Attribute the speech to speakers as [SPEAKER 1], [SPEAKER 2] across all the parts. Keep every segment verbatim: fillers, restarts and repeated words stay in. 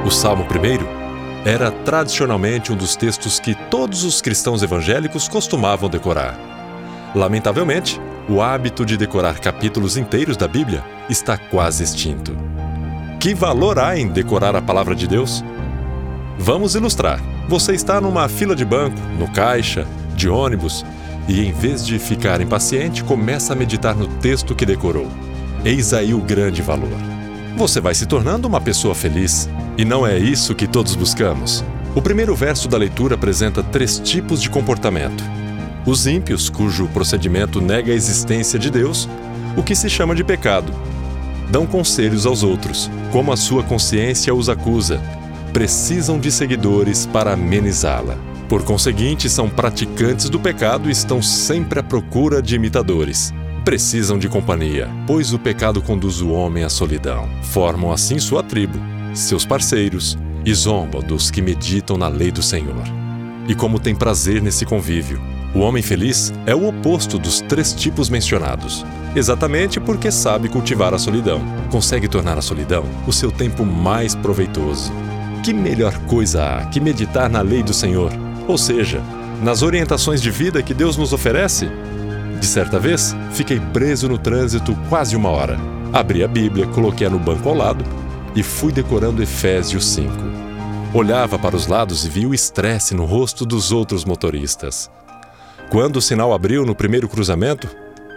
[SPEAKER 1] O Salmo primeiro era tradicionalmente um dos textos que todos os cristãos evangélicos costumavam decorar. Lamentavelmente, o hábito de decorar capítulos inteiros da Bíblia está quase extinto. Que valor há em decorar a palavra de Deus? Vamos ilustrar. Você está numa fila de banco, no caixa, de ônibus, e em vez de ficar impaciente, começa a meditar no texto que decorou. Eis aí o grande valor. Você vai se tornando uma pessoa feliz. E não é isso que todos buscamos. O primeiro verso da leitura apresenta três tipos de comportamento. Os ímpios, cujo procedimento nega a existência de Deus, o que se chama de pecado. Dão conselhos aos outros, como a sua consciência os acusa. Precisam de seguidores para amenizá-la. Por conseguinte, são praticantes do pecado e estão sempre à procura de imitadores. Precisam de companhia, pois o pecado conduz o homem à solidão. Formam assim sua tribo, seus parceiros, e zombam dos que meditam na lei do Senhor. E como tem prazer nesse convívio. O homem feliz é o oposto dos três tipos mencionados, exatamente porque sabe cultivar a solidão. Consegue tornar a solidão o seu tempo mais proveitoso. Que melhor coisa há que meditar na lei do Senhor, ou seja, nas orientações de vida que Deus nos oferece? De certa vez, fiquei preso no trânsito quase uma hora. Abri a Bíblia, coloquei-a no banco ao lado e fui decorando Efésios cinco. Olhava para os lados e vi o estresse no rosto dos outros motoristas. Quando o sinal abriu no primeiro cruzamento,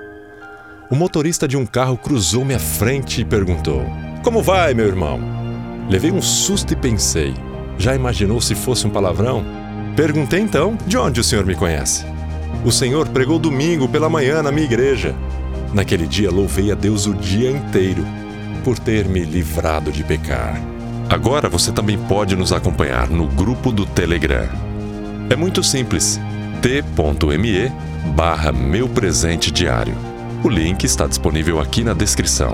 [SPEAKER 1] o motorista de um carro cruzou minha frente e perguntou: "Como vai, meu irmão?" Levei um susto e pensei: já imaginou se fosse um palavrão? Perguntei então: "De onde o senhor me conhece?" "O senhor pregou domingo pela manhã na minha igreja." Naquele dia louvei a Deus o dia inteiro por ter me livrado de pecar. Agora você também pode nos acompanhar no grupo do Telegram. É muito simples. t.me barra meu presente diário. O link está disponível aqui na descrição.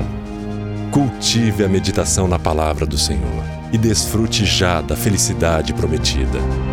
[SPEAKER 1] Cultive a meditação na palavra do Senhor e desfrute já da felicidade prometida.